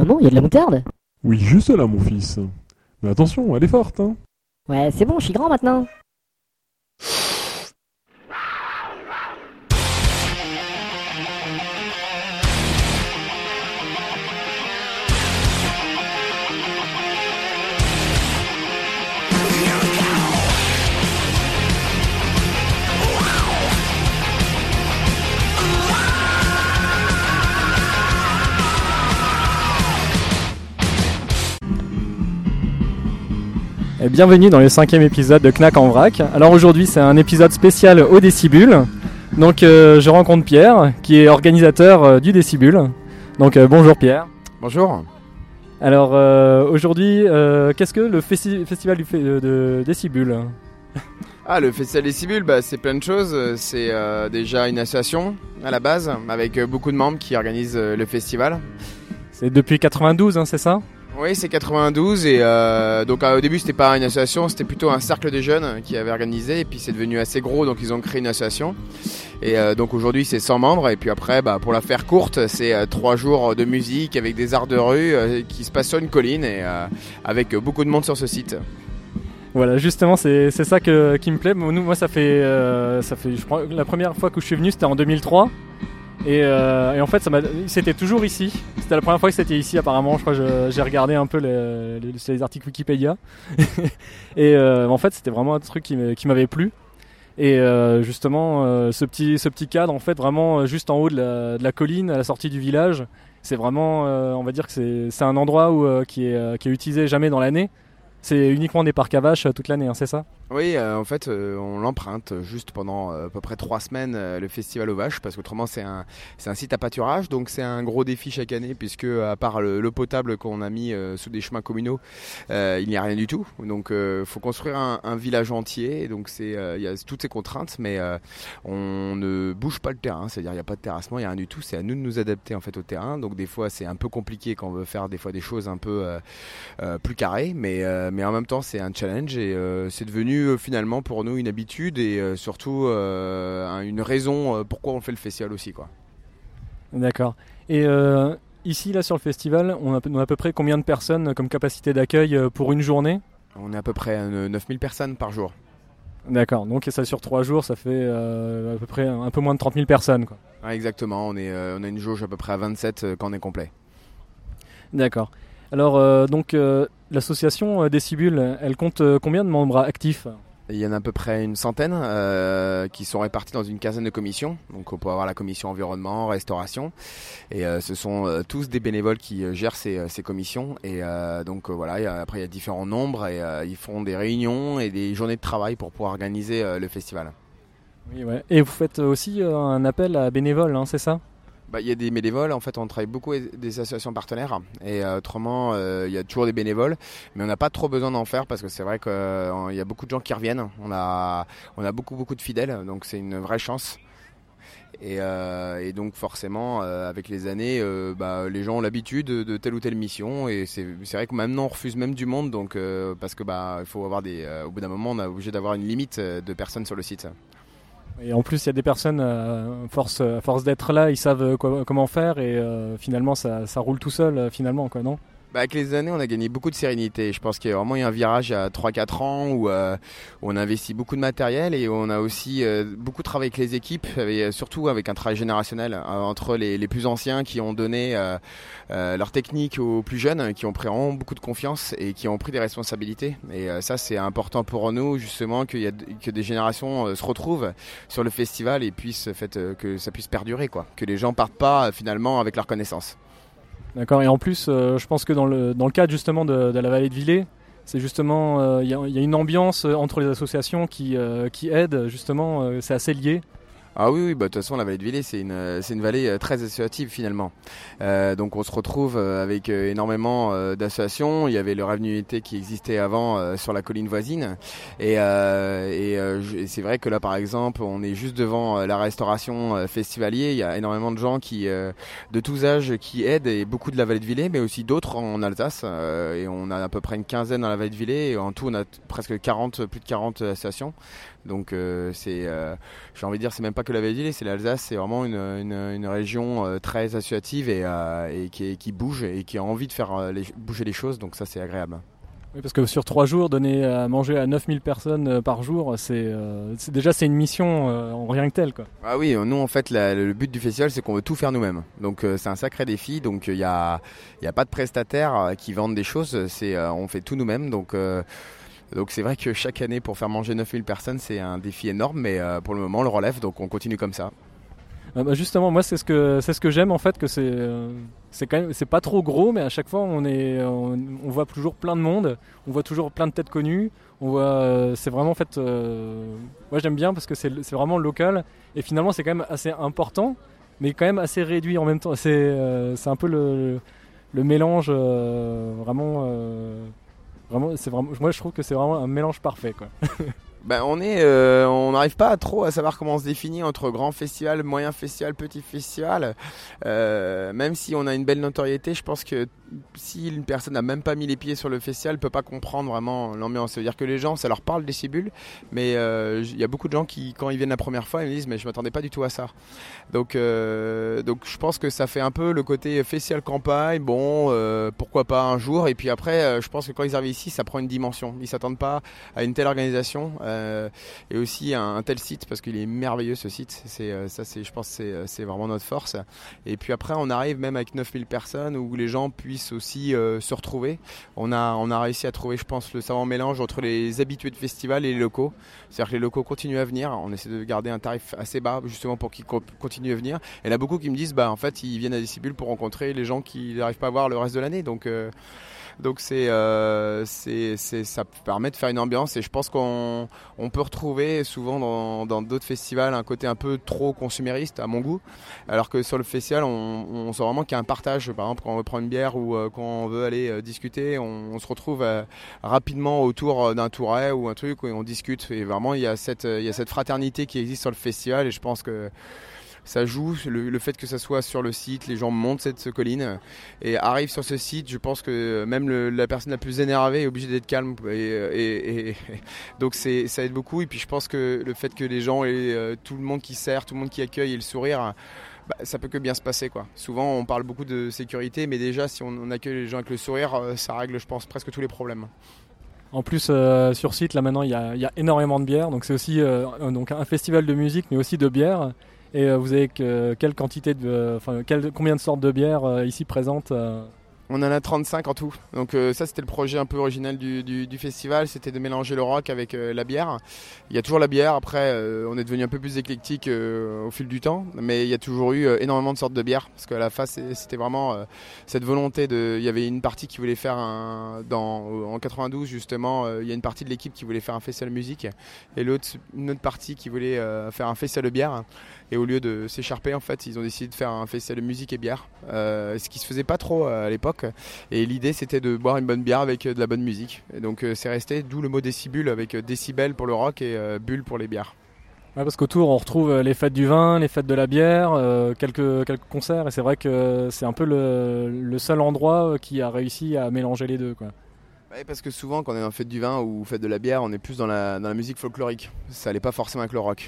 Maman, il y a de la moutarde? Oui, juste là, mon fils. Mais attention, elle est forte, hein. Ouais, c'est bon, je suis grand maintenant. Et bienvenue dans le 5e épisode de Knack en vrac. Alors aujourd'hui c'est un épisode spécial au Décibule. Donc je rencontre Pierre qui est organisateur du Décibule. Donc bonjour Pierre. Bonjour. Alors aujourd'hui qu'est-ce que le festival de Décibule? Le Festival Décibule, c'est plein de choses. C'est déjà une association à la base avec beaucoup de membres qui organisent le festival. C'est depuis 92 c'est ça? Oui, c'est 92 et donc au début c'était pas une association, c'était plutôt un cercle de jeunes qui avait organisé et puis c'est devenu assez gros donc ils ont créé une association et donc aujourd'hui c'est 100 membres et puis après pour la faire courte c'est 3 jours de musique avec des arts de rue qui se passent sur une colline et avec beaucoup de monde sur ce site. Voilà, justement c'est ça qui me plaît. Moi ça fait je crois la première fois que je suis venu c'était en 2003. Et en fait c'était toujours ici. C'était la première fois que c'était ici apparemment. Je crois que j'ai regardé un peu les articles Wikipédia. Et en fait c'était vraiment un truc qui m'avait plu. Et justement ce petit cadre en fait vraiment juste en haut de la colline à la sortie du village. C'est vraiment on va dire que c'est un endroit qui est utilisé jamais dans l'année. C'est uniquement des parcs à vaches toute l'année, c'est ça? Oui, en fait, on l'emprunte juste pendant à peu près 3 semaines le festival aux vaches, parce qu'autrement c'est un site à pâturage, donc c'est un gros défi chaque année, puisque à part l'eau potable qu'on a mis sous des chemins communaux, il n'y a rien du tout. Donc faut construire un village entier, donc il y a toutes ces contraintes, mais on ne bouge pas le terrain, c'est-à-dire il n'y a pas de terrassement, il n'y a rien du tout, c'est à nous de nous adapter en fait au terrain. Donc des fois c'est un peu compliqué quand on veut faire des fois des choses un peu plus carrées, mais en même temps c'est un challenge et c'est devenu finalement pour nous une habitude et surtout une raison pourquoi on fait le festival aussi quoi. D'accord. Et ici là sur le festival on a à peu près combien de personnes comme capacité d'accueil pour une journée? On est à peu près 9000 personnes par jour. D'accord, donc ça sur 3 jours ça fait à peu près un peu moins de 30 000 personnes quoi. Ouais, exactement, on a une jauge à peu près à 27 quand on est complet. D'accord. Alors l'association Décibule, elle compte combien de membres actifs? Il y en a à peu près une centaine qui sont répartis dans une quinzaine de commissions. Donc on peut avoir la commission environnement, restauration. Et ce sont tous des bénévoles qui gèrent ces commissions. Et après il y a différents nombres et ils font des réunions et des journées de travail pour pouvoir organiser le festival. Oui, ouais. Et vous faites aussi un appel à bénévoles, c'est ça? Il y a des bénévoles, en fait on travaille beaucoup avec des associations partenaires et autrement il y a toujours des bénévoles mais on n'a pas trop besoin d'en faire parce que c'est vrai qu'il y a beaucoup de gens qui reviennent, on a beaucoup de fidèles donc c'est une vraie chance et donc forcément avec les années les gens ont l'habitude de telle ou telle mission et c'est vrai que maintenant on refuse même du monde donc parce que il faut avoir au bout d'un moment on est obligé d'avoir une limite de personnes sur le site. Et en plus, il y a des personnes, à force d'être là, ils savent comment faire et finalement, ça roule tout seul, finalement, quoi, non? Avec les années, on a gagné beaucoup de sérénité. Je pense qu'il y a vraiment eu un virage il y a 3-4 ans où on a investi beaucoup de matériel et on a aussi beaucoup travaillé avec les équipes, surtout avec un travail générationnel entre les plus anciens qui ont donné leur technique aux plus jeunes, qui ont pris vraiment beaucoup de confiance et qui ont pris des responsabilités. Et ça, c'est important pour nous, justement, que des générations se retrouvent sur le festival et que ça puisse perdurer, quoi. Que les gens partent pas finalement avec leurs connaissances. D'accord, et en plus, je pense que dans le cadre justement de la vallée de Villers, c'est justement, il y a une ambiance entre les associations qui aident, justement, c'est assez lié. Ah oui, de toute façon la vallée de Villers c'est une vallée très associative finalement. Donc on se retrouve avec énormément d'associations. Il y avait le Rêve d'Unité qui existait avant sur la colline voisine. Et c'est vrai que là par exemple on est juste devant la restauration festivalier. Il y a énormément de gens de tous âges qui aident et beaucoup de la vallée de Villers, mais aussi d'autres en Alsace. Et on a à peu près une quinzaine dans la vallée de Villers. Et en tout on a presque plus de 40 associations. Donc j'ai envie de dire, c'est même pas que la Vallée, c'est l'Alsace, c'est vraiment une région très associative et qui bouge et qui a envie de faire bouger les choses, donc ça c'est agréable. Oui, parce que sur 3 jours, donner à manger à 9000 personnes par jour, c'est une mission en rien que telle, quoi. Ah oui, nous en fait le but du festival c'est qu'on veut tout faire nous-mêmes. Donc c'est un sacré défi, donc il y a pas de prestataires qui vendent des choses, on fait tout nous-mêmes. Donc c'est vrai que chaque année pour faire manger 9000 personnes c'est un défi énorme, mais pour le moment on le relève, donc on continue comme ça. Justement, moi c'est ce que j'aime en fait, que c'est quand même, c'est pas trop gros, mais à chaque fois on voit toujours plein de monde, on voit toujours plein de têtes connues, on voit c'est vraiment en fait moi j'aime bien parce que c'est vraiment local et finalement c'est quand même assez important, mais quand même assez réduit en même temps. C'est un peu le mélange vraiment c'est vraiment, moi je trouve que c'est vraiment un mélange parfait, quoi. Ben on n'arrive pas trop à savoir comment on se définit entre grand festival, moyen festival, petit festival. Même si on a une belle notoriété, je pense que si une personne n'a même pas mis les pieds sur le festival, peut pas comprendre vraiment l'ambiance. C'est-à-dire que les gens, ça leur parle Décibule, mais il y a beaucoup de gens qui, quand ils viennent la première fois, ils me disent mais je m'attendais pas du tout à ça. Donc je pense que ça fait un peu le côté festival campagne. Bon, pourquoi pas un jour. Et puis après, je pense que quand ils arrivent ici, ça prend une dimension. Ils s'attendent pas à une telle organisation. Et aussi un tel site, parce qu'il est merveilleux ce site, je pense que c'est vraiment notre force. Et puis après on arrive même avec 9000 personnes où les gens puissent aussi se retrouver. On a réussi à trouver, je pense, le savant mélange entre les habitués de festival et les locaux. C'est-à-dire que les locaux continuent à venir, on essaie de garder un tarif assez bas justement pour qu'ils continuent à venir. Et il y en a beaucoup qui me disent en fait ils viennent à Décibule pour rencontrer les gens qu'ils n'arrivent pas à voir le reste de l'année. Donc ça permet de faire une ambiance, et je pense qu'on peut retrouver souvent dans d'autres festivals un côté un peu trop consumériste à mon goût, alors que sur le festival on sent vraiment qu'il y a un partage. Par exemple, quand on veut prendre une bière ou quand on veut aller discuter, on se retrouve rapidement autour d'un touret ou un truc et on discute, et vraiment il y a cette fraternité qui existe sur le festival, et je pense que ça joue, le fait que ça soit sur le site, les gens montent cette colline et arrivent sur ce site. Je pense que même la personne la plus énervée est obligée d'être calme, et donc ça aide beaucoup. Et puis je pense que le fait que les gens et tout le monde qui sert, tout le monde qui accueille et le sourire, ça peut que bien se passer, quoi. Souvent on parle beaucoup de sécurité, mais déjà si on accueille les gens avec le sourire, ça règle, je pense, presque tous les problèmes. En plus, sur site, là maintenant, il y a énormément de bières, donc c'est aussi donc un festival de musique, mais aussi de bière. Et vous avez quelle quantité combien de sortes de bières ici présentes On en a 35 en tout. Donc ça, c'était le projet un peu original du festival, c'était de mélanger le rock avec la bière. Il y a toujours la bière, après on est devenu un peu plus éclectique au fil du temps, mais il y a toujours eu énormément de sortes de bières, parce qu'à la fin c'était vraiment cette volonté il y avait une partie qui voulait faire en 92 justement, il y a une partie de l'équipe qui voulait faire un festival de musique, et une autre partie qui voulait faire un festival de bière. Et au lieu de s'écharper, en fait, ils ont décidé de faire un festival de musique et bière, ce qui se faisait pas trop à l'époque. Et l'idée, c'était de boire une bonne bière avec de la bonne musique. Et donc, c'est resté, d'où le mot décibule, avec décibel pour le rock et bulle pour les bières. Ouais, parce qu'autour, on retrouve les fêtes du vin, les fêtes de la bière, quelques concerts. Et c'est vrai que c'est un peu le seul endroit qui a réussi à mélanger les deux, quoi. Ouais, parce que souvent, quand on est dans fête du vin ou fête de la bière, on est plus dans la musique folklorique. Ça allait pas forcément avec le rock.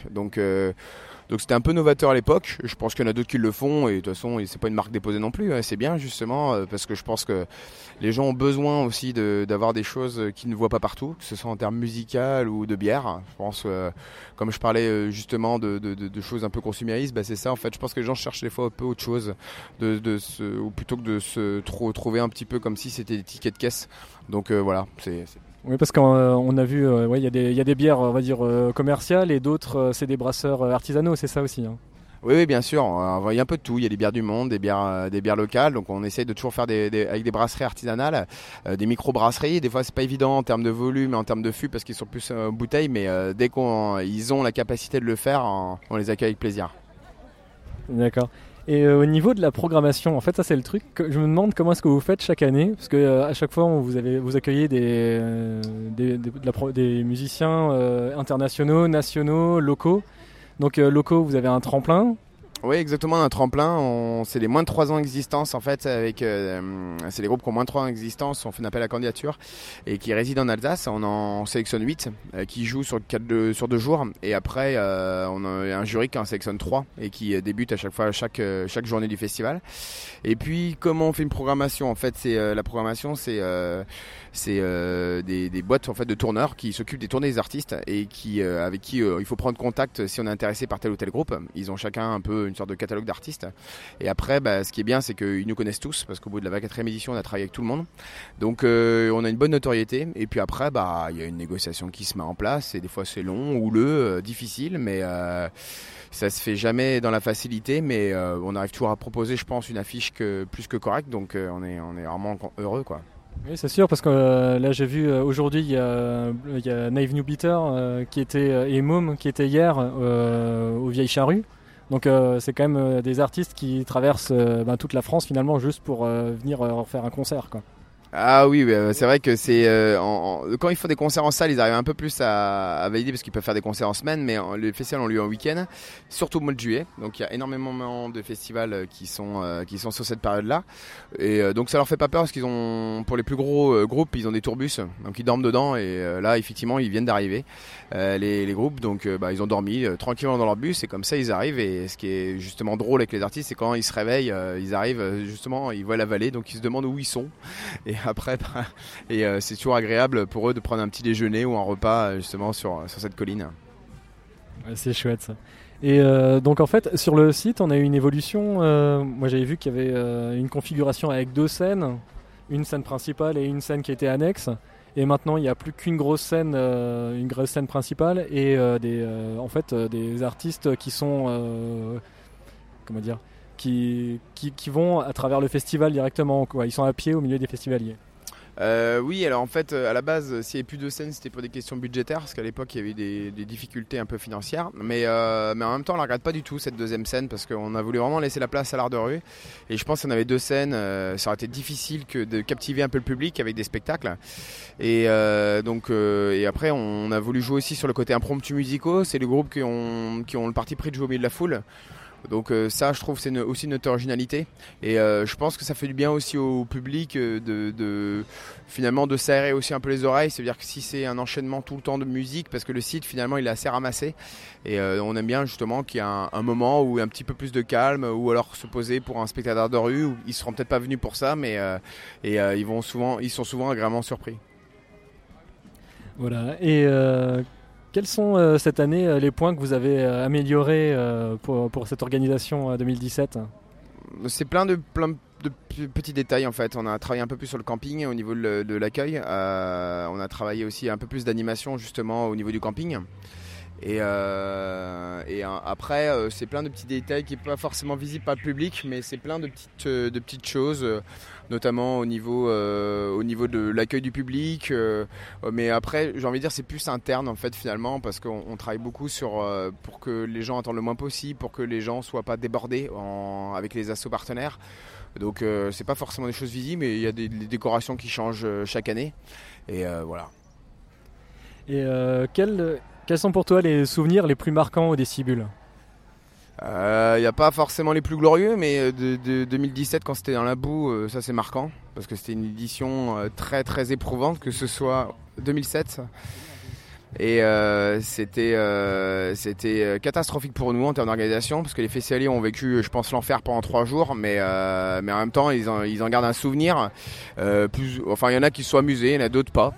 Donc c'était un peu novateur à l'époque. Je pense qu'il y en a d'autres qui le font, et de toute façon c'est pas une marque déposée non plus. C'est bien justement parce que je pense que les gens ont besoin aussi d'avoir des choses qu'ils ne voient pas partout, que ce soit en termes musical ou de bière. Je pense comme je parlais justement de choses un peu consuméristes, c'est ça en fait. Je pense que les gens cherchent des fois un peu autre chose, ou plutôt que de se trouver un petit peu comme si c'était des tickets de caisse. Donc voilà, c'est... Oui, parce qu'on a vu, il y a des bières, on va dire, commerciales, et d'autres, c'est des brasseurs artisanaux, c'est ça aussi, hein. Oui, bien sûr. Il y a un peu de tout. Il y a des bières du monde, des bières locales. Donc on essaye de toujours faire avec des brasseries artisanales, des micro-brasseries. Des fois, c'est pas évident en termes de volume et en termes de fûts parce qu'ils sont plus bouteilles. Mais dès qu'ils ont la capacité de le faire, on les accueille avec plaisir. D'accord. Et au niveau de la programmation, en fait, ça c'est le truc que je me demande comment est-ce que vous faites chaque année, parce que à chaque fois vous accueillez des musiciens internationaux, nationaux, locaux. Donc locaux, vous avez un tremplin Oui, exactement, un tremplin. C'est les moins de 3 ans d'existence en fait. C'est les groupes qui ont moins de 3 ans d'existence. On fait un appel à candidature et qui résident en Alsace. On en sélectionne 8 qui jouent sur 2 jours. Et après, on a un jury qui en sélectionne 3 et qui débute à chaque fois, chaque journée du festival. Et puis, comment on fait une programmation? En fait, la programmation, c'est des boîtes en fait de tourneurs qui s'occupent des tournées des artistes et avec qui il faut prendre contact si on est intéressé par tel ou tel groupe. Ils ont chacun un peu une sorte de catalogue d'artistes. Et après, ce qui est bien, c'est qu'ils nous connaissent tous parce qu'au bout de la 24e édition, on a travaillé avec tout le monde. Donc, on a une bonne notoriété. Et puis après, il y a une négociation qui se met en place. Et des fois, c'est long, houleux, difficile, mais ça se fait jamais dans la facilité. Mais on arrive toujours à proposer, je pense, une affiche plus que correcte. Donc, on est vraiment heureux, quoi. Oui, c'est sûr, parce que là j'ai vu aujourd'hui il y a Naive New Beater qui était et Môme qui était hier aux Vieilles Charrues. Donc c'est quand même des artistes qui traversent toute la France finalement juste pour venir faire un concert, quoi. Ah oui, c'est vrai que quand ils font des concerts en salle, ils arrivent un peu plus à valider parce qu'ils peuvent faire des concerts en semaine, mais les festivals ont lieu en week-end, surtout au mois de juillet. Donc il y a énormément de festivals qui sont sur cette période-là. Et donc ça leur fait pas peur parce qu'ils ont, pour les plus gros groupes, ils ont des tourbus, donc ils dorment dedans et là effectivement ils viennent d'arriver les groupes, donc ils ont dormi tranquillement dans leur bus et comme ça ils arrivent. Et ce qui est justement drôle avec les artistes, c'est quand ils se réveillent, ils arrivent justement, ils voient la vallée, donc ils se demandent où ils sont. Et après, c'est toujours agréable pour eux de prendre un petit déjeuner ou un repas justement sur cette colline. Ouais, c'est chouette ça. Et donc en fait sur le site on a eu une évolution. Moi j'avais vu qu'il y avait une configuration avec 2 scènes, une scène principale et une scène qui était annexe. Et maintenant il n'y a plus qu'une grosse scène, principale et des artistes qui sont qui vont à travers le festival directement, quoi. Ils sont à pied au milieu des festivaliers. Oui, alors en fait, à la base, s'il n'y avait plus de scènes, c'était pour des questions budgétaires, parce qu'à l'époque, il y avait des difficultés un peu financières. Mais en même temps, on ne la regrette pas du tout, cette deuxième scène, parce qu'on a voulu vraiment laisser la place à l'art de rue. Et je pense qu'on avait 2 scènes, ça aurait été difficile que de captiver un peu le public avec des spectacles. Et après, on a voulu jouer aussi sur le côté impromptu musicaux. C'est les groupes qui ont le parti pris de jouer au milieu de la foule. Donc ça, je trouve, c'est aussi notre originalité. Et je pense que ça fait du bien aussi au public finalement de s'aérer aussi un peu les oreilles. C'est-à-dire que si c'est un enchaînement tout le temps de musique, parce que le site finalement il est assez ramassé, et on aime bien justement qu'il y ait un moment où un petit peu plus de calme, ou alors se poser pour un spectateur de rue, où ils seront peut-être pas venus pour ça, mais ils sont souvent agréablement surpris. Voilà. Et quels sont cette année les points que vous avez améliorés pour cette organisation 2017 ? C'est plein de petits détails en fait. On a travaillé un peu plus sur le camping au niveau de l'accueil. On a travaillé aussi un peu plus d'animation justement au niveau du camping. Et après, c'est plein de petits détails qui ne sont pas forcément visibles par le public, mais c'est plein de petites choses, notamment au niveau de l'accueil du public. Mais après, j'ai envie de dire, c'est plus interne en fait finalement, parce qu'on travaille beaucoup pour que les gens attendent le moins possible, pour que les gens ne soient pas débordés avec les assos partenaires. Donc c'est pas forcément des choses visibles, mais il y a des décorations qui changent chaque année. Et voilà. Et quels sont pour toi les souvenirs les plus marquants au Décibule ? Il n'y a pas forcément les plus glorieux, mais de 2017 quand c'était dans la boue, ça c'est marquant, parce que c'était une édition très très éprouvante, que ce soit 2007. Et c'était catastrophique pour nous en termes d'organisation, parce que les festivaliers ont vécu, je pense, l'enfer pendant 3 jours, mais en même temps ils en gardent un souvenir. Il y en a qui se sont amusés, il y en a d'autres pas.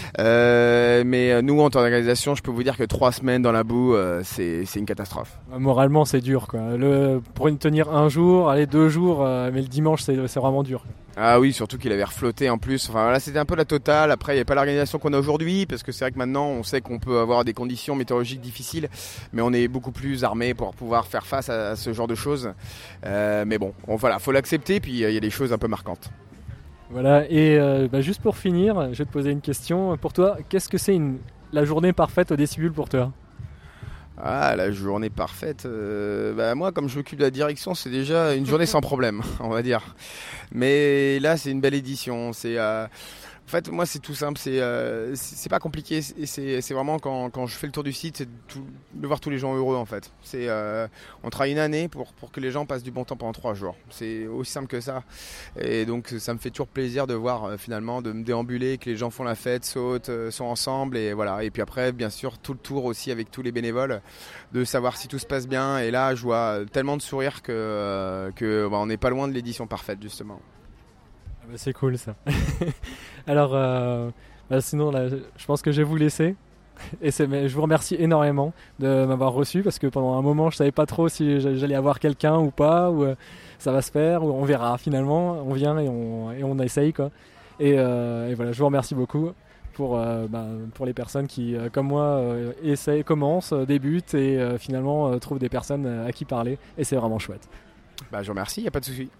Mais nous en termes d'organisation, je peux vous dire que 3 semaines dans la boue, c'est une catastrophe. Moralement c'est dur, quoi. Pour tenir un jour, aller 2 jours, mais le dimanche c'est vraiment dur. Ah oui, surtout qu'il avait reflotté en plus. Enfin voilà, c'était un peu la totale. Après, il n'y a pas l'organisation qu'on a aujourd'hui, parce que c'est vrai que maintenant, on sait qu'on peut avoir des conditions météorologiques difficiles, mais on est beaucoup plus armé pour pouvoir faire face à ce genre de choses. Mais bon, voilà, faut l'accepter. Puis il y a des choses un peu marquantes. Voilà. Et juste pour finir, je vais te poser une question. Pour toi, qu'est-ce que c'est la journée parfaite au Décibule pour toi ? Ah, la journée parfaite. Moi, comme je m'occupe de la direction, c'est déjà une journée sans problème, on va dire. Mais là, c'est une belle édition. En fait, moi, c'est tout simple. C'est pas compliqué. C'est vraiment quand je fais le tour du site, c'est de voir tous les gens heureux, en fait. On travaille une année pour que les gens passent du bon temps pendant 3 jours. C'est aussi simple que ça. Et donc, ça me fait toujours plaisir de voir, finalement, de me déambuler, que les gens font la fête, sautent, sont ensemble. Et voilà. Et puis après, bien sûr, tout le tour aussi avec tous les bénévoles, de savoir si tout se passe bien. Et là, je vois tellement de sourires on n'est pas loin de l'édition parfaite, justement. C'est cool ça. Alors, sinon, là, je pense que je vais vous laisser. Mais je vous remercie énormément de m'avoir reçu parce que pendant un moment, je savais pas trop si j'allais avoir quelqu'un ou pas, ou ça va se faire, ou on verra finalement. On vient et on essaye, quoi. Et voilà, je vous remercie beaucoup pour les personnes qui, comme moi, essayent, commencent, débutent et finalement trouvent des personnes à qui parler. Et c'est vraiment chouette. Je vous remercie, il n'y a pas de souci.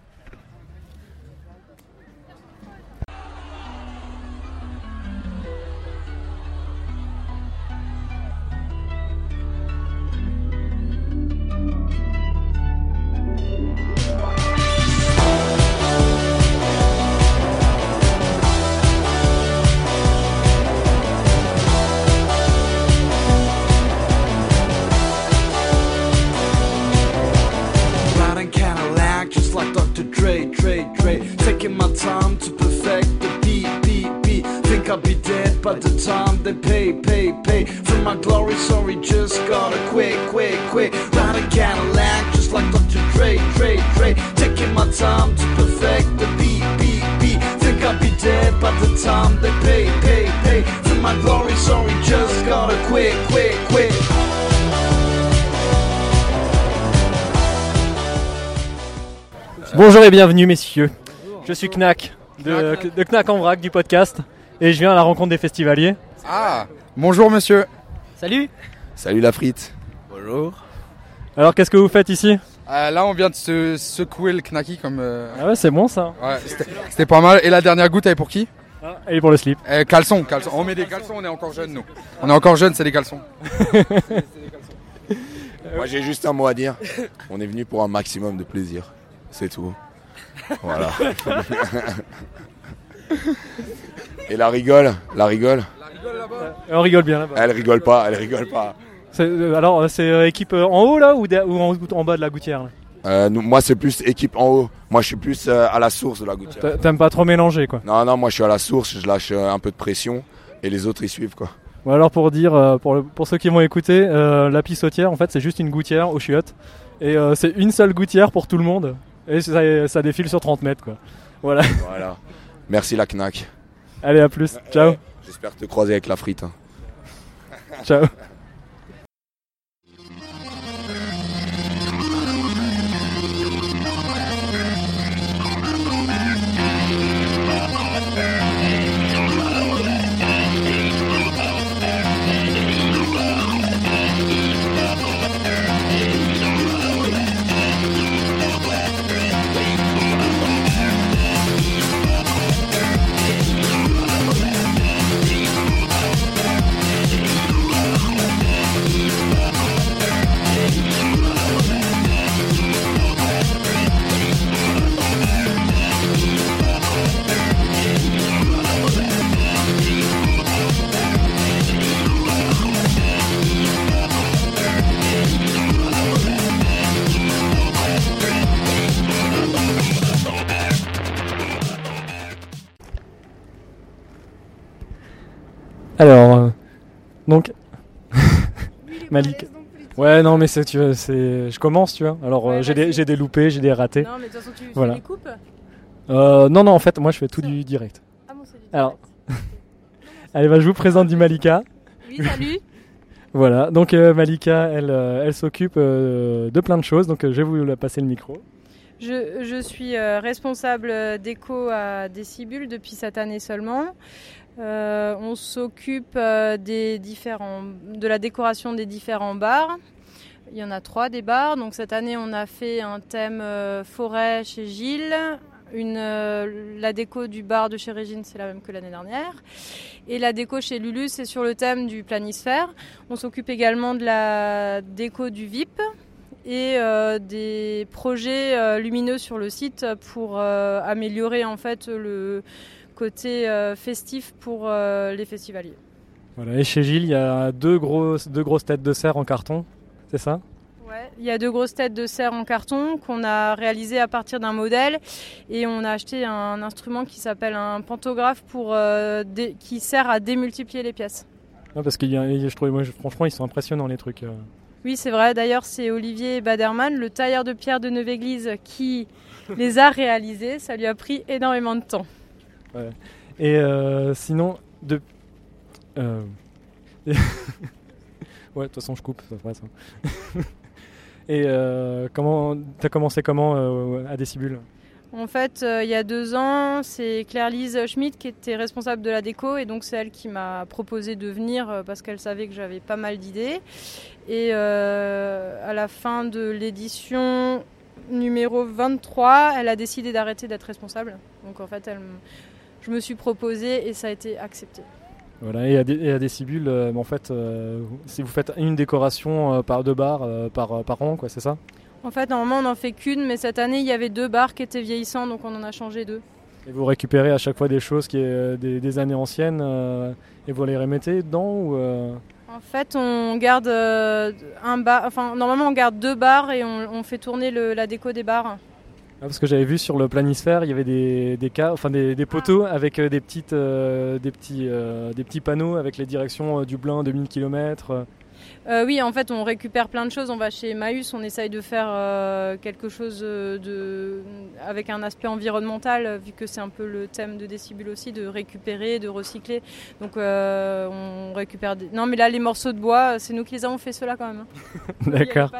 Taking my time to perfect the beat. Think I'll be dead by the time they pay. For my glory, sorry, just gotta quick. Ride a Cadillac, just like Dr. Dre. Taking my time to perfect the beat. Think I'll be dead by the time they pay. For my glory, sorry, just gotta quick. Bonjour et bienvenue messieurs, je suis Knack de Knack en vrac du podcast et je viens à la rencontre des festivaliers. Ah, bonjour monsieur. Salut. Salut la frite. Bonjour. Alors qu'est-ce que vous faites ici? Là on vient de se secouer le knacky comme... Ah ouais, c'est bon ça. Ouais, c'était pas mal. Et la dernière goutte elle est pour qui? Elle est pour le slip. Caleçon. On met des caleçons, on est encore jeunes nous. On est encore jeunes, c'est des caleçons. Moi j'ai juste un mot à dire. On est venu pour un maximum de plaisir. C'est tout. Voilà. Et la rigole. On rigole bien là-bas. Elle rigole pas. Alors c'est équipe en haut là ou en bas de la gouttière là? Moi c'est plus équipe en haut. Moi je suis plus à la source de la gouttière. T'aimes pas trop mélanger quoi? Non, moi je suis à la source, je lâche un peu de pression et les autres ils suivent quoi. Bon, alors pour dire, pour ceux qui vont écouter, la pissotière en fait c'est juste une gouttière aux chiottes et c'est une seule gouttière pour tout le monde. Et ça défile sur 30 mètres quoi. Voilà. Merci la Knack. Allez, à plus. Ciao. J'espère te croiser avec la frite. Ciao. Alors, donc, Malik. Ouais, non, mais je commence, tu vois. Alors, Ouais, j'ai vas-y. des loupés, j'ai des ratés. Non, mais de toute façon, tu Voilà. les coupes. Non, en fait, moi, je fais tout du direct. Ah bon, c'est du Alors, direct. allez, je vous présente du Malika. Oui, salut. Voilà, donc Malika, elle s'occupe de plein de choses, donc je vais vous la passer le micro. Je suis responsable d'éco à Décibule depuis cette année seulement. On s'occupe de la décoration des différents bars. Il y en a 3 des bars. Donc cette année, on a fait un thème forêt chez Gilles. La déco du bar de chez Régine, c'est la même que l'année dernière. Et la déco chez Lulu, c'est sur le thème du planisphère. On s'occupe également de la déco du VIP et des projets lumineux sur le site pour améliorer en fait côté festif pour les festivaliers. Voilà. Et chez Gilles, il y a deux grosses têtes de cerf en carton, c'est ça ? Ouais, il y a 2 grosses têtes de cerf en carton qu'on a réalisées à partir d'un modèle et on a acheté un instrument qui s'appelle un pantographe qui sert à démultiplier les pièces. Non, parce que je trouve, franchement, ils sont impressionnants les trucs. Oui, c'est vrai. D'ailleurs, c'est Olivier Baderman, le tailleur de pierre de Neuve-Église, qui les a réalisés. Ça lui a pris énormément de temps. Ouais. Et sinon, ouais, de toute façon, je coupe, ça fera ça. Et t'as commencé comment à Décibule ? En fait, il y a 2 ans, c'est Claire-Lise Schmitt qui était responsable de la déco et donc c'est elle qui m'a proposé de venir parce qu'elle savait que j'avais pas mal d'idées. Et à la fin de l'édition numéro 23, elle a décidé d'arrêter d'être responsable. Donc en fait, je me suis proposée et ça a été accepté. Voilà, et à Décibule, en fait, si vous faites une décoration par 2 bars par an, quoi, c'est ça ? En fait, normalement, on n'en fait qu'une, mais cette année, il y avait 2 bars qui étaient vieillissants, donc on en a changé 2. Et vous récupérez à chaque fois des choses des années anciennes et vous les remettez dedans ou En fait, on garde un bar. Enfin, normalement, on garde 2 bars et on fait tourner la déco des bars. Parce que j'avais vu sur le planisphère, il y avait des poteaux avec des petits panneaux avec les directions du Blain de 1000 km. Oui, en fait, on récupère plein de choses. On va chez Emmaüs, on essaye de faire quelque chose avec un aspect environnemental, vu que c'est un peu le thème de Décibule aussi, de récupérer, de recycler. Donc, on récupère Non, mais là, les morceaux de bois, c'est nous qui les avons fait ceux-là quand même. D'accord.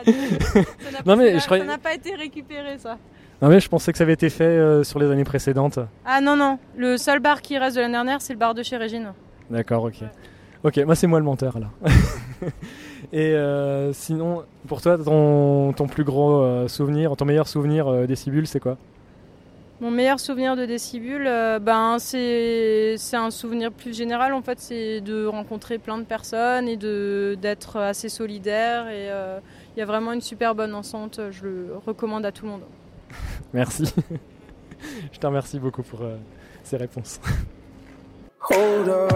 Ça n'a pas été récupéré, ça. Non mais je pensais que ça avait été fait sur les années précédentes. Ah non. Le seul bar qui reste de l'année dernière, c'est le bar de chez Régine. D'accord, ok. Ok, moi c'est moi le menteur là. Et sinon, pour toi, ton plus gros souvenir, ton meilleur souvenir Décibule, c'est quoi ? Mon meilleur souvenir de Décibule, c'est un souvenir plus général. En fait, c'est de rencontrer plein de personnes et d'être assez solidaire. Et il y a vraiment une super bonne entente. Je le recommande à tout le monde. Merci. Je te remercie beaucoup pour ces réponses. Hold up.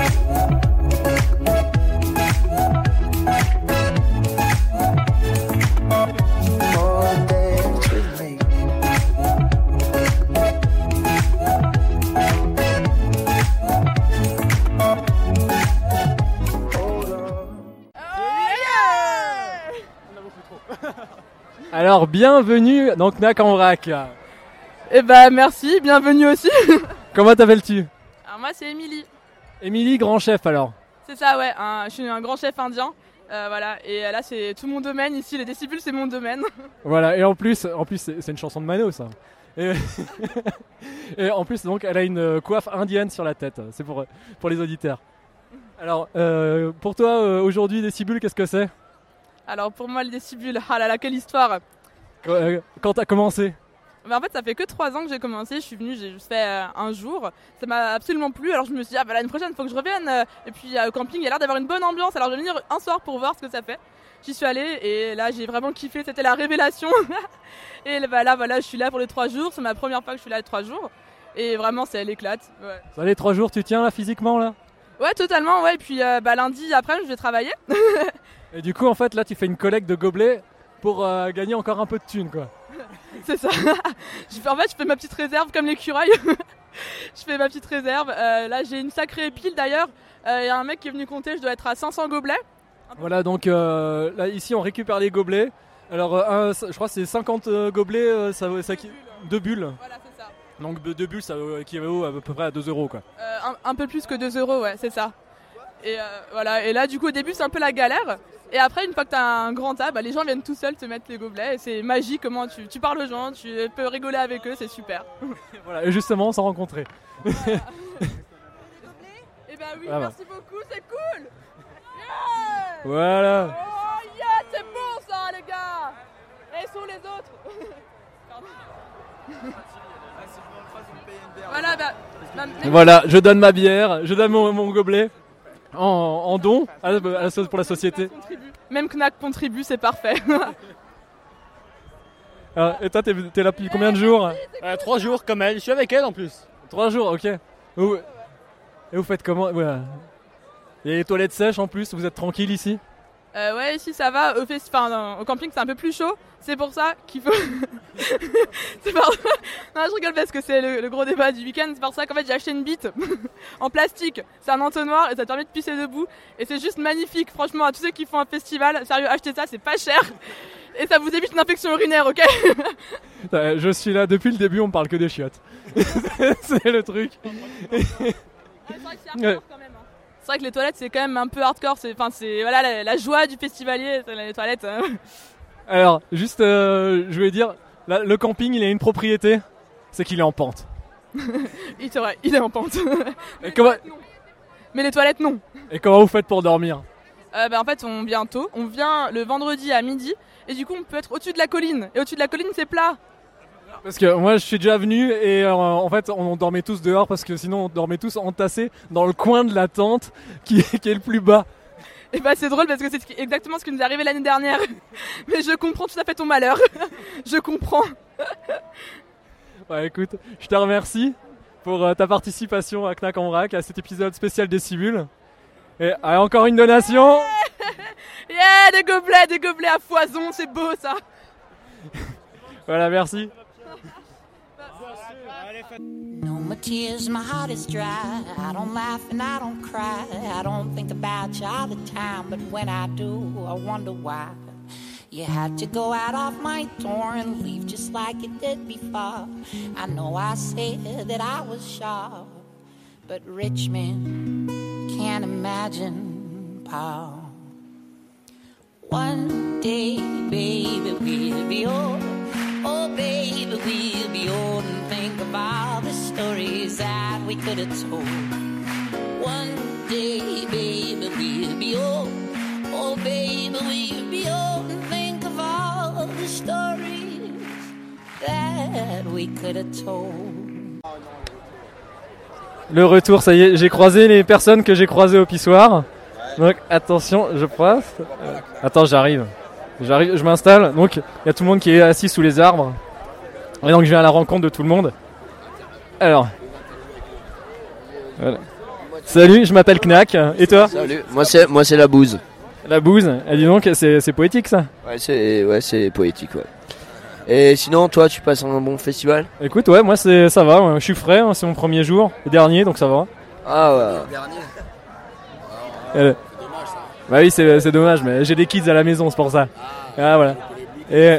Alors, bienvenue dans Knack en vrac. Eh ben merci, bienvenue aussi. Comment t'appelles-tu ? Alors moi c'est Émilie. Émilie, grand chef alors. C'est ça, ouais, je suis un grand chef indien. Voilà, et là c'est tout mon domaine ici, les Décibules c'est mon domaine. Voilà, et en plus c'est une chanson de Mano ça. Et en plus donc elle a une coiffe indienne sur la tête, c'est pour les auditeurs. Alors pour toi aujourd'hui Décibule, qu'est-ce que c'est ? Alors pour moi le Décibule, ah là là quelle histoire. Quand t'as commencé ? En fait ça fait que 3 ans que j'ai commencé, je suis venue, j'ai juste fait un jour, ça m'a absolument plu, alors je me suis dit l'année prochaine il faut que je revienne, et puis au camping il y a l'air d'avoir une bonne ambiance, alors je vais venir un soir pour voir ce que ça fait. J'y suis allée et là j'ai vraiment kiffé, c'était la révélation. Et là voilà, je suis là pour les 3 jours, c'est ma première fois que je suis là les 3 jours, et vraiment elle éclate. Ouais. Ça les 3 jours tu tiens là physiquement là ? Ouais totalement, ouais, et puis lundi après je vais travailler. Et du coup en fait là tu fais une collecte de gobelets pour gagner encore un peu de thunes quoi. C'est ça. En fait, je fais ma petite réserve comme l'écureuil. Je fais ma petite réserve. Là, j'ai une sacrée pile d'ailleurs. Il y a un mec qui est venu compter, je dois être à 500 gobelets. Voilà, donc là, ici, on récupère les gobelets. Alors, je crois que c'est 50 gobelets, 2 bulles. Voilà, c'est ça. Donc, 2 bulles, ça équivaut à peu près à 2 € quoi. Un peu plus que 2 €, ouais, c'est ça. Et voilà. Et là, du coup, au début, c'est un peu la galère. Et après, une fois que tu as un grand tas, les gens viennent tout seuls te mettre les gobelets. Et c'est magique comment tu parles aux gens, tu peux rigoler avec eux, c'est super. Voilà, et justement, on s'est rencontrés. Voilà. Et bah oui, merci beaucoup, c'est cool. Yeah. Voilà. Oh yeah, c'est bon ça, les gars. Et sont les autres. Voilà, voilà, je donne ma bière, je donne mon gobelet. En don pour la société. Même Knack contribue, c'est parfait. Et toi, t'es là depuis combien de jours ? 3 jours comme elle, je suis avec elle en plus. 3 jours, ok. Et vous faites comment? Voilà. Il y a les toilettes sèches en plus, vous êtes tranquille ici? Ouais, ici ça va. Au camping c'est un peu plus chaud. C'est pour ça qu'il faut. C'est pour... Non, je rigole parce que c'est le gros débat du week-end. C'est pour ça qu'en fait j'ai acheté une bite en plastique. C'est un entonnoir et ça te permet de pisser debout. Et c'est juste magnifique, franchement, à tous ceux qui font un festival. Sérieux, achetez ça, c'est pas cher. Et ça vous évite une infection urinaire, ok? Je suis là depuis le début, on parle que des chiottes. C'est le truc. C'est vrai que c'est hardcore quand même. C'est vrai que les toilettes c'est quand même un peu hardcore. C'est voilà la joie du festivalier, c'est les toilettes. Alors, juste, je voulais dire, là, le camping, il a une propriété, c'est qu'il est en pente. C'est vrai, il est en pente. Mais les toilettes, non. Et comment vous faites pour dormir? En fait, on vient tôt. On vient le vendredi à midi. Et du coup, on peut être au-dessus de la colline. Et au-dessus de la colline, c'est plat. Parce que moi, je suis déjà venu et en fait, on dormait tous dehors parce que sinon, on dormait tous entassés dans le coin de la tente qui est le plus bas. Et bah c'est drôle parce que c'est exactement ce qui nous est arrivé l'année dernière. Mais je comprends tout à fait ton malheur. Je comprends. Ouais, écoute, je te remercie pour ta participation à Knack en Vrac, à cet épisode spécial Décibule. Et encore une donation. Yeah, des gobelets à foison, c'est beau ça. Voilà, merci. No more tears, my heart is dry. I don't laugh and I don't cry. I don't think about you all the time, but when I do, I wonder why. You had to go out off my door and leave just like you did before. I know I said that I was sharp, but rich men can't imagine power. One day, baby, we'll be old. Oh, baby, we'll be old and think of all the stories that we could have told. One day, baby, we'll be old. Oh, baby, we'll be old and think of all the stories that we could have told. Le retour, ça y est, j'ai croisé les personnes que j'ai croisées au pissoir. Donc attention, je passe. Attends, j'arrive, je m'installe. Donc il y a tout le monde qui est assis sous les arbres. Et donc je viens à la rencontre de tout le monde. Alors, voilà. Salut, je m'appelle Knack. Et toi? Salut, moi c'est la bouse. La bouse. Et dis donc, c'est poétique ça. Ouais, c'est poétique, ouais. Et sinon, toi, tu passes un bon festival? Écoute, ouais, moi ça va. Ouais, je suis frais. C'est mon premier jour, le dernier, donc ça va. Ah ouais. Bah oui, c'est dommage, mais j'ai des kids à la maison, c'est pour ça. Ah voilà. Et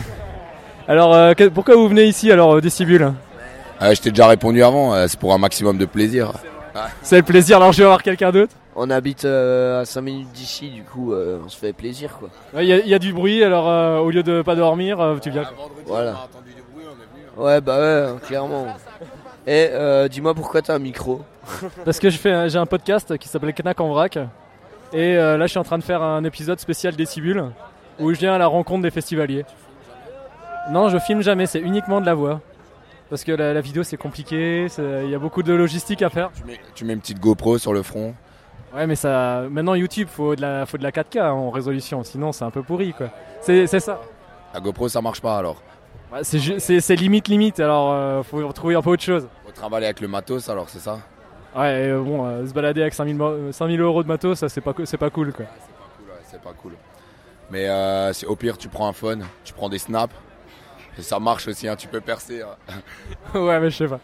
alors, pourquoi vous venez ici alors au Décibule? Je t'ai déjà répondu avant, c'est pour un maximum de plaisir. C'est le plaisir, alors je vais voir quelqu'un d'autre. On habite à 5 minutes d'ici, du coup on se fait plaisir quoi. Il y a du bruit, alors au lieu de pas dormir, tu viens. Voilà. Ouais, bah ouais, clairement. Et dis-moi pourquoi t'as un micro? Parce que j'ai un podcast qui s'appelle Knack en Vrac. Et là je suis en train de faire un épisode spécial Décibule où je viens à la rencontre des festivaliers. Non, je filme jamais, c'est uniquement de la voix. Parce que la vidéo c'est compliqué, il y a beaucoup de logistique à faire. Tu mets une petite GoPro sur le front. Ouais, mais ça, maintenant YouTube faut de la 4K en résolution, sinon c'est un peu pourri quoi. C'est ça. La GoPro ça marche pas alors. Ouais, c'est limite, alors faut retrouver un peu autre chose. Faut travailler avec le matos alors, c'est ça? Ouais, se balader avec 5000 € de matos, ça c'est pas cool quoi. C'est pas cool. Mais au pire tu prends un phone, tu prends des snaps. Et ça marche aussi, hein, tu peux percer. Hein. Ouais, mais je sais pas.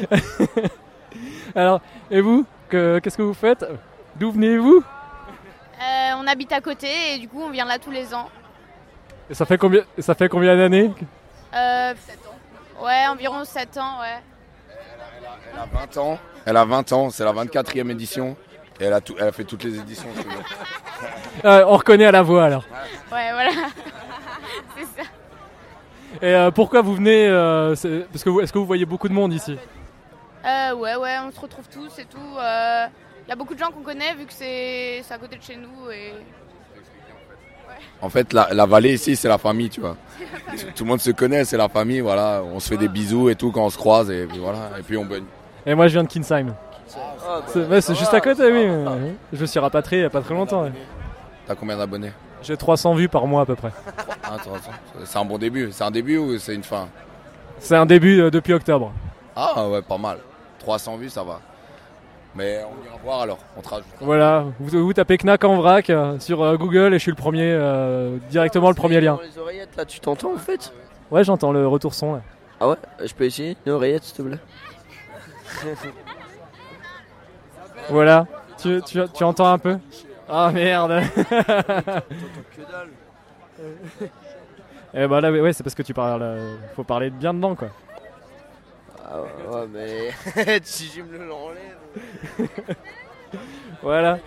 Alors, et vous, qu'est-ce que vous faites? D'où venez-vous? On habite à côté et du coup on vient là tous les ans. Et ça fait combien d'années? 7 ans. Ouais, environ 7 ans, ouais. Elle a 20 ans. Elle a 20 ans, c'est la 24e édition. Et elle a fait toutes les éditions. On reconnaît à la voix alors. Ouais, voilà. C'est ça. Et pourquoi vous venez parce que est-ce que vous voyez beaucoup de monde ici? Ouais, on se retrouve tous et tout. Y a beaucoup de gens qu'on connaît vu que c'est à côté de chez nous. Et... Ouais. En fait, la vallée ici, c'est la famille, tu vois. Tout le monde se connaît, c'est la famille, voilà. On se fait des bisous et tout quand on se croise et puis voilà. Et puis on baigne. Et moi, je viens de Kinsheim. C'est juste à côté, oui. Je me suis rapatrié il n'y a pas très longtemps. Ouais. T'as combien d'abonnés? J'ai 300 vues par mois à peu près. C'est un bon début. C'est un début ou c'est une fin? C'est un début depuis octobre. Ah ouais, pas mal. 300 vues, ça va. Mais on ira voir alors, on te rajoute. Voilà, vous tapez Knack en vrac sur Google et je suis le premier, directement le premier lien. Dans les oreillettes là, tu t'entends en fait? Ouais, j'entends le retour son là. Ah ouais? Je peux essayer une oreillette s'il te plaît? Voilà, tu entends un peu? Ah merde. Que dalle. Et bah là, ouais, c'est parce que tu parles, faut parler bien dedans quoi. Ah ouais, mais si je me l'enlève. Voilà.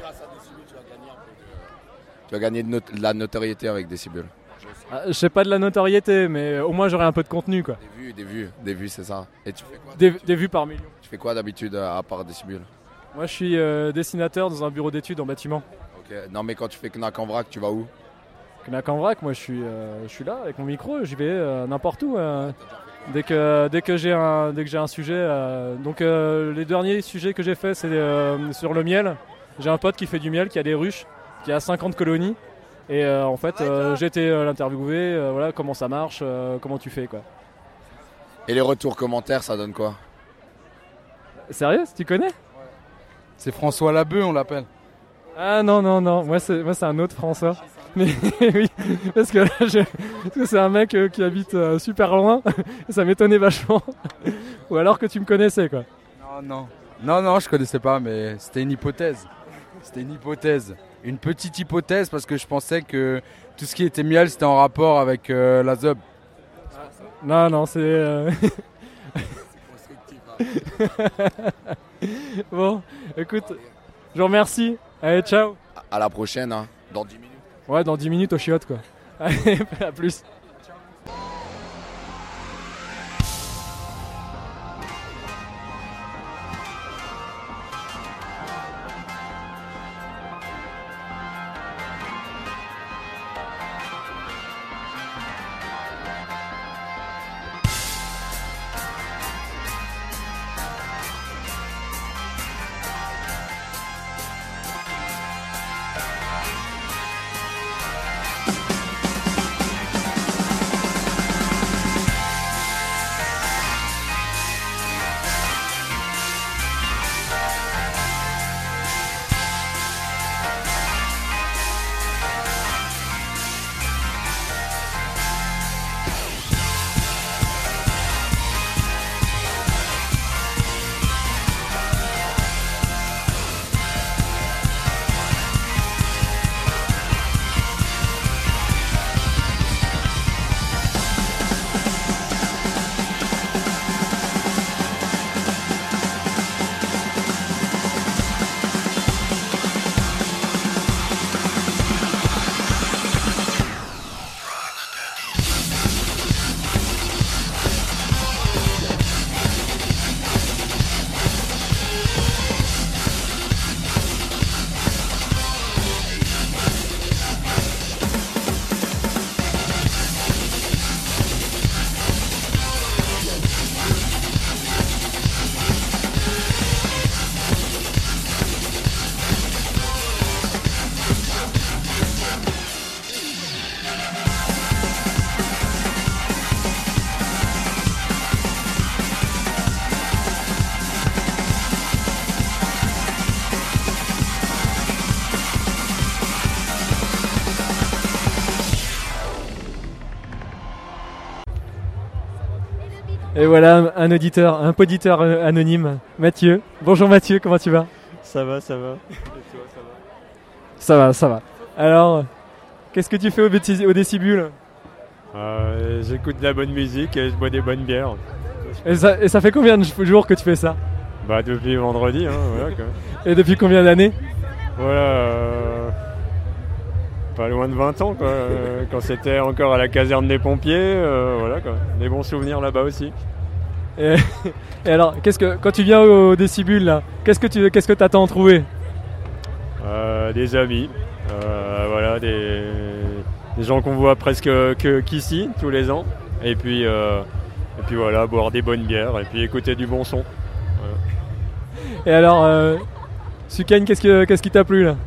Tu vas gagner de la notoriété avec Decibel. Ah, je sais pas de la notoriété, mais au moins j'aurai un peu de contenu quoi. Des vues, c'est ça. Et tu fais quoi? Des vues par million. Tu fais quoi d'habitude à part Decibel? Moi je suis dessinateur dans un bureau d'études en bâtiment. Ok. Non mais quand tu fais Knack en vrac, tu vas où? Knack en vrac, moi je suis là avec mon micro, j'y vais n'importe où. Dès que j'ai un sujet. Donc les derniers sujets que j'ai fait c'est sur le miel. J'ai un pote qui fait du miel, qui a des ruches, qui a 50 colonies. Et en fait j'ai été l'interviewer, voilà comment ça marche, comment tu fais quoi. Et les retours commentaires, ça donne quoi? Sérieux, tu connais? C'est François Labeu, on l'appelle. Ah non, moi c'est un autre François. Mais oui, parce que là, parce que c'est un mec qui habite super loin, ça m'étonnait vachement. Ou alors que tu me connaissais quoi. Non, je connaissais pas, mais c'était une hypothèse. Une petite hypothèse parce que je pensais que tout ce qui était miel c'était en rapport avec la ZUB. Non, c'est... Bon, écoute, je vous remercie. Allez, ciao. À la prochaine, hein, dans 10 minutes. Ouais, dans 10 minutes au chiotte quoi. Allez, à plus. Et voilà un poditeur anonyme, Mathieu. Bonjour Mathieu, comment tu vas? Ça va. Ça va. Alors, qu'est-ce que tu fais au Décibule? J'écoute de la bonne musique et je bois des bonnes bières. Et ça fait combien de jours que tu fais ça? Bah depuis vendredi, hein, voilà quoi. Et depuis combien d'années? Voilà, pas loin de 20 ans quoi, quand c'était encore à la caserne des pompiers, voilà quoi, des bons souvenirs là-bas aussi. Et alors, quand tu viens au Décibule là, qu'est-ce que t'attends à trouver? Des amis, voilà, des gens qu'on voit presque qu'ici tous les ans, et puis voilà, boire des bonnes bières et puis écouter du bon son. Voilà. Et alors, Suken, qu'est-ce qui t'a plu là?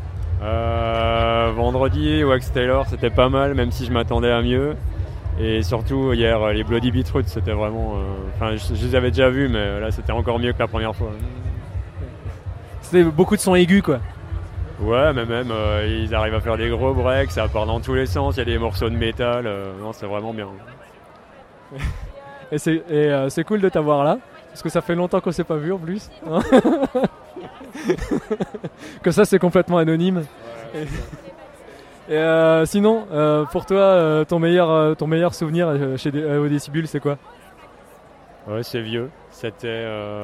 Vendredi, Wax Taylor, c'était pas mal, même si je m'attendais à mieux. Et surtout hier, les Bloody Beetroot, c'était vraiment... Enfin, je les avais déjà vus, mais là, c'était encore mieux que la première fois. C'est beaucoup de sons aigus quoi. Ouais, mais même ils arrivent à faire des gros breaks, ça part dans tous les sens, il y a des morceaux de métal, non c'est vraiment bien. Et c'est cool de t'avoir là, parce que ça fait longtemps qu'on s'est pas vu en plus. Hein. Comme ça c'est complètement anonyme. Et sinon, pour toi, ton meilleur souvenir au Décibule, c'est quoi? Ouais, c'est vieux. C'était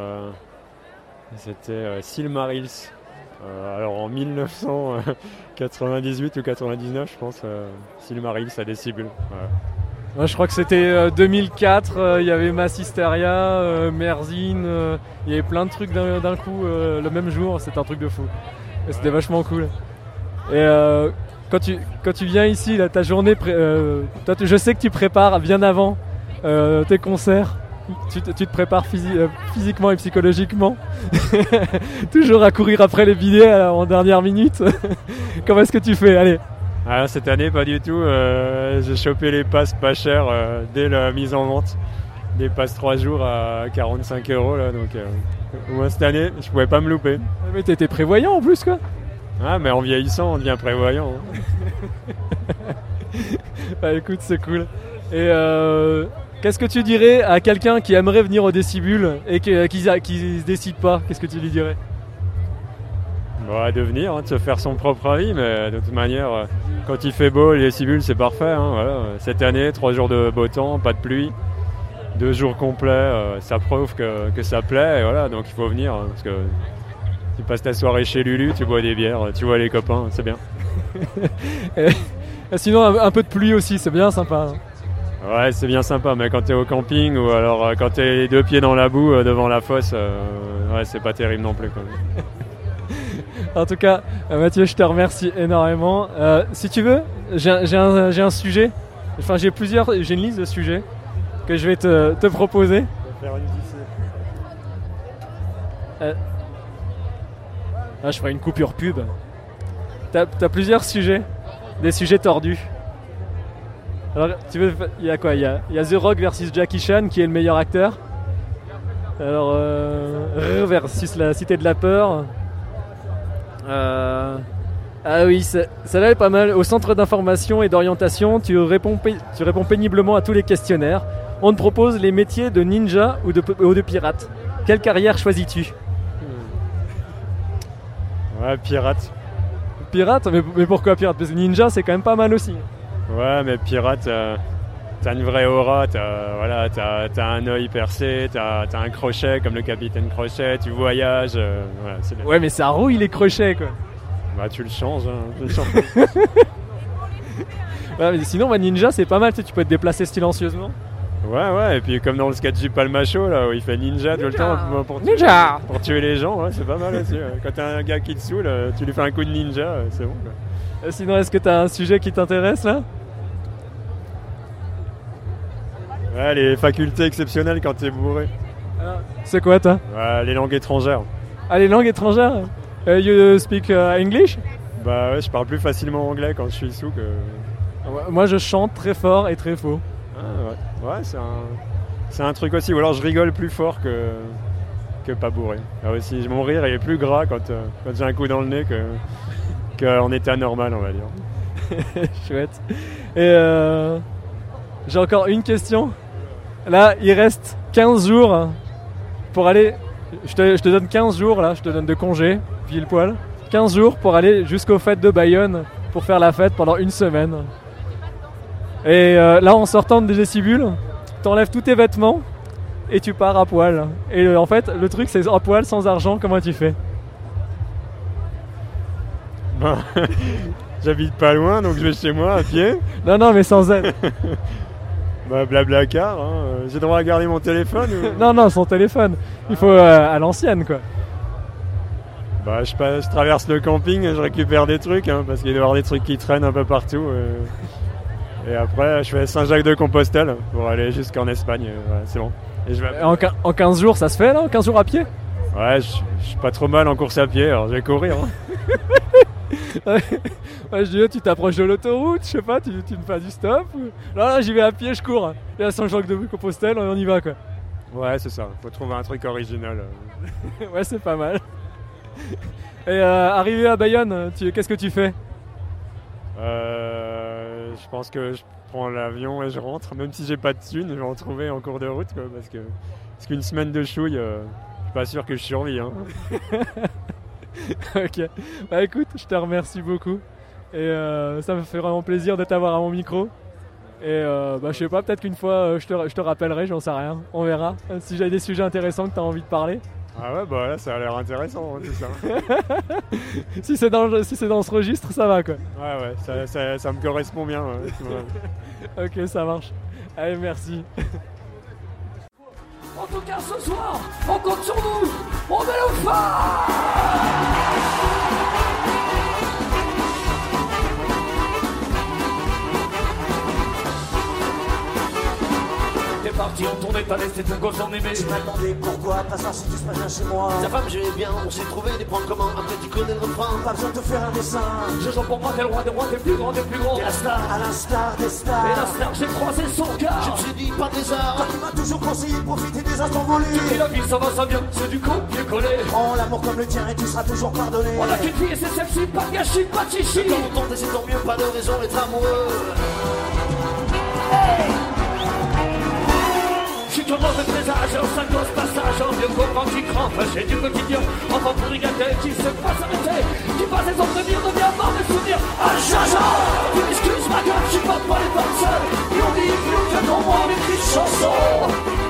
Silmarils. Alors en 1998 ou 99, je pense, Silmarils à Décibule. Ouais. Moi, je crois que c'était 2004. Il y avait Mass Hysteria, Merzine. Il y avait plein de trucs d'un coup le même jour. C'était un truc de fou. Et c'était vachement cool. Et quand tu viens ici, là, ta journée, toi, je sais que tu prépares bien avant tes concerts. Tu te prépares physiquement et psychologiquement. Toujours à courir après les billets en dernière minute. Comment est-ce que tu fais? Allez. Ah, cette année, pas du tout. J'ai chopé les passes pas chères dès la mise en vente. Des passes 3 jours à 45 € là. Donc, moi, cette année, je pouvais pas me louper. Mais t'étais prévoyant en plus, quoi. Ah, mais en vieillissant, on devient prévoyant. Bah écoute, c'est cool. Et qu'est-ce que tu dirais à quelqu'un qui aimerait venir au Décibule et qui se décide pas? Qu'est-ce que tu lui dirais? Bah, de venir, de se faire son propre avis, mais de toute manière, quand il fait beau, les Décibules, c'est parfait. Voilà. Cette année, 3 jours de beau temps, pas de pluie, 2 jours complets, ça prouve que ça plaît. Et voilà, donc il faut venir, parce que tu passes ta soirée chez Lulu, tu bois des bières, tu vois les copains, c'est bien. Et sinon, un peu de pluie aussi, c'est bien sympa. Ouais, c'est bien sympa, mais quand t'es au camping ou alors quand t'es les 2 pieds dans la boue devant la fosse, ouais, c'est pas terrible non plus, quoi. En tout cas, Mathieu, je te remercie énormément. Si tu veux, j'ai un sujet. Enfin, j'ai une liste de sujets que je vais te proposer. Je vais faire une je ferai une coupure pub. T'as plusieurs sujets, des sujets tordus. Alors, tu veux, il y a quoi? Il y a The Rock versus Jackie Chan, qui est le meilleur acteur. Alors, versus la Cité de la Peur. Ah oui, celle-là est pas mal. Au centre d'information et d'orientation, tu réponds péniblement à tous les questionnaires. On te propose les métiers de ninja ou de pirate. Quelle carrière choisis-tu? Ouais, pirate. Pirate? Mais pourquoi pirate? Parce que ninja, c'est quand même pas mal aussi. Ouais, mais pirate, t'as une vraie aura, t'as un œil percé, t'as un crochet comme le capitaine Crochet, tu voyages. Voilà, ouais, mais ça rouille les crochets, quoi. Bah, tu le changes. Ouais, mais sinon, ninja, c'est pas mal, tu peux te déplacer silencieusement. Ouais, et puis comme dans le sketch du Palmacho, là, où il fait ninja tout le temps pour tuer les gens, ouais, c'est pas mal aussi. Quand t'as un gars qui te saoule, tu lui fais un coup de ninja, c'est bon, quoi. Sinon, est-ce que t'as un sujet qui t'intéresse, là? Ouais, les facultés exceptionnelles quand t'es bourré. C'est quoi, toi? Ouais, les langues étrangères. Ah, les langues étrangères? You speak English? Bah ouais, je parle plus facilement anglais quand je suis sous que... Moi, je chante très fort et très faux. Ah ouais, c'est un truc aussi. Ou alors je rigole plus fort que pas bourré. Là aussi, mon rire est plus gras quand j'ai un coup dans le nez qu'en état normal, on va dire. Chouette. Et j'ai encore une question. Là, il reste 15 jours pour aller... Je te donne 15 jours, là, je te donne de congé, pile poil. 15 jours pour aller jusqu'aux fêtes de Bayonne, pour faire la fête pendant une semaine. Et là, en sortant des Décibules, t'enlèves tous tes vêtements et tu pars à poil. Et en fait, le truc, c'est à poil, sans argent, comment tu fais? Bah, j'habite pas loin, donc je vais chez moi à pied. Non, mais sans aide. Bah, Blablacar, j'ai droit à garder mon téléphone ou... Non, son téléphone. Il faut à l'ancienne, quoi. Bah, je traverse le camping et je récupère des trucs, parce qu'il doit y avoir des trucs qui traînent un peu partout. Et après, je fais Saint-Jacques-de-Compostelle pour aller jusqu'en Espagne. Ouais, c'est bon. Et je vais... En 15 jours, ça se fait, là? 15 jours à pied? Ouais, je suis pas trop mal en course à pied, alors je vais courir. Ouais, je dis, tu t'approches de l'autoroute, je sais pas, tu me fais du stop ou... Là, j'y vais à pied, je cours. Et à Saint-Jacques-de-Compostelle, on y va, quoi. Ouais, c'est ça. Faut trouver un truc original. Ouais, c'est pas mal. Et arrivé à Bayonne, qu'est-ce que tu fais? Je pense que je prends l'avion et je rentre, même si j'ai pas de thunes, je vais en trouver en cours de route, quoi, parce qu'une semaine de chouille, je suis pas sûr que je survis. Hein. Ok, bah écoute, je te remercie beaucoup et ça me fait vraiment plaisir de t'avoir à mon micro. Et bah je sais pas, peut-être qu'une fois je te rappellerai, j'en sais rien, on verra. Si j'ai des sujets intéressants que tu as envie de parler. Ah ouais, bah là ça a l'air intéressant tout ça. Si c'est dans ce registre, ça va quoi. Ouais, ça me correspond bien. Ouais. Ok, ça marche. Allez, merci. En tout cas, ce soir, on compte sur nous. On met le feu. T'es parti en tournée, t'as laissé ton gosse en aimé. Tu m'as demandé pourquoi, pas savoir si tout se passe bien chez moi. Ta femme, j'aimais bien, on s'est trouvé des points communs. Après, tu connais le refrain. Pas besoin de te faire un dessin. Je chante pour moi, t'es le roi des rois, t'es plus grand, t'es plus grand. T'es la star, à l'instar des stars. Et la star, j'ai croisé son cœur. Je me suis dit, pas des arts. Toi qui m'as toujours conseillé de profiter des instants volés. Tu dis la vie, ça va, ça vient, c'est du copier-coller. Prends l'amour comme le tien et tu seras toujours pardonné. On a qu'une fille et c'est celle-ci, pas de gâchis, pas de chichi. Quand on tente et c'est tant mieux, pas de raison d'être amoureux. Hey! Je suis comme mauvais présage, en 5 gosses passage, en vieux copain qui crampe, j'ai du quotidien, enfant pourri gâté, qui se passe arrêter, qui passe les autres de devient mort de souvenirs, ah jaja, tu m'excuses ma gueule, je porte pas les bonnes seules, et on dit plus que dans moi, on écrit chansons.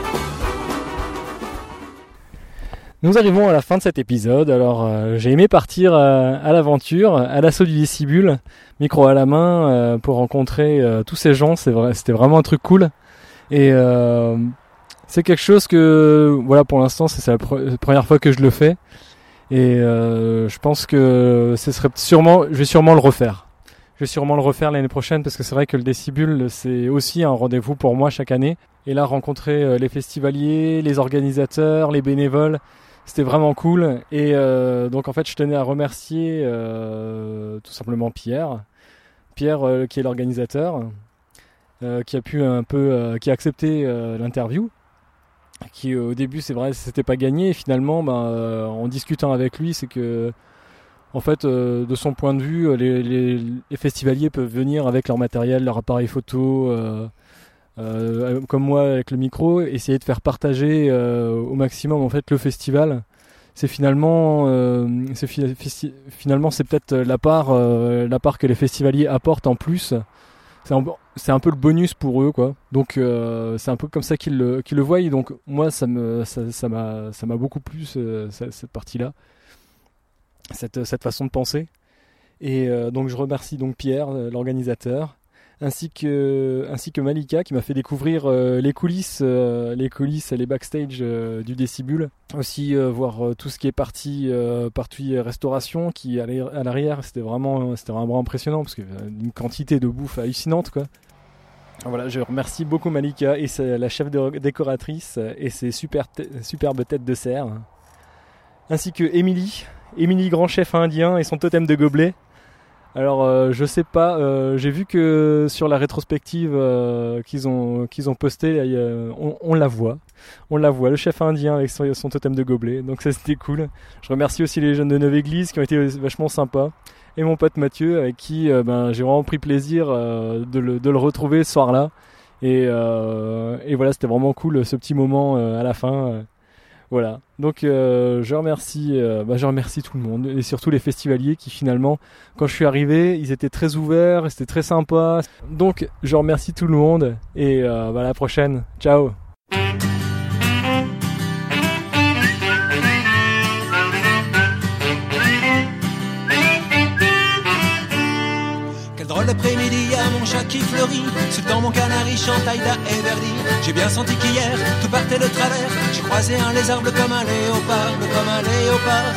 Nous arrivons à la fin de cet épisode, alors j'ai aimé partir à l'aventure, à l'assaut du décibule, micro à la main, pour rencontrer tous ces gens, c'était vraiment un truc cool, et c'est quelque chose que, voilà, pour l'instant, c'est la première fois que je le fais. Et je pense que je vais sûrement le refaire. Je vais sûrement le refaire l'année prochaine parce que c'est vrai que le Décibule, c'est aussi un rendez-vous pour moi chaque année. Et là, rencontrer les festivaliers, les organisateurs, les bénévoles, c'était vraiment cool. Et donc, en fait, je tenais à remercier tout simplement Pierre. Pierre, qui est l'organisateur, qui a accepté l'interview. Qui au début, c'est vrai, c'était pas gagné, et finalement en discutant avec lui, c'est que en fait de son point de vue, les festivaliers peuvent venir avec leur matériel, leur appareil photo, comme moi avec le micro, essayer de faire partager au maximum en fait le festival. C'est finalement c'est peut-être la part que les festivaliers apportent en plus. C'est un peu le bonus pour eux, quoi. Donc c'est un peu comme ça qu'ils le voient. Et donc moi ça m'a beaucoup plu cette partie-là, cette façon de penser. Et donc je remercie donc Pierre, l'organisateur, ainsi que Malika qui m'a fait découvrir les coulisses et les backstage du Décibule. Aussi voir tout ce qui est partie restauration qui à l'arrière, c'était vraiment impressionnant parce qu'il y avait une quantité de bouffe hallucinante, quoi. Voilà, je remercie beaucoup Malika et la chef décoratrice et ses superbes têtes de cerf, ainsi que Émilie grand chef indien et son totem de gobelet. Alors je sais pas, j'ai vu que sur la rétrospective qu'ils ont posté, on la voit, le chef indien avec son totem de gobelet, donc ça c'était cool. Je remercie aussi les jeunes de Neuve-Église qui ont été vachement sympas, et mon pote Mathieu avec qui j'ai vraiment pris plaisir de le retrouver ce soir-là, et voilà, c'était vraiment cool ce petit moment à la fin. Voilà, donc je remercie tout le monde et surtout les festivaliers qui finalement, quand je suis arrivé, ils étaient très ouverts, c'était très sympa. Donc je remercie tout le monde et à la prochaine. Ciao. Drôle d'après-midi, y'a mon chat qui fleurit. Sous le temps, mon canari chante Aïda et Verdi. J'ai bien senti qu'hier, tout partait de travers. J'ai croisé un lézard bleu comme un léopard,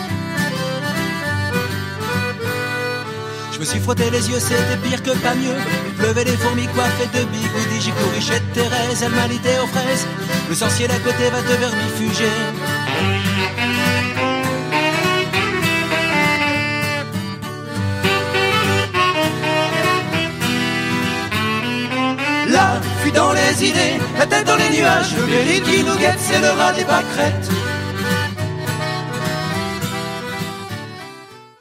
Je me suis frotté les yeux, c'était pire que pas mieux. Il pleuvait des fourmis coiffées de bigoudis. J'ai couru chez Thérèse, elle m'a lité aux fraises. Le sorcier d'à côté va te vermifuger. Là, je suis dans les idées, la tête dans les nuages. Le mérite qui nous guette, c'est le rat des pâquerettes.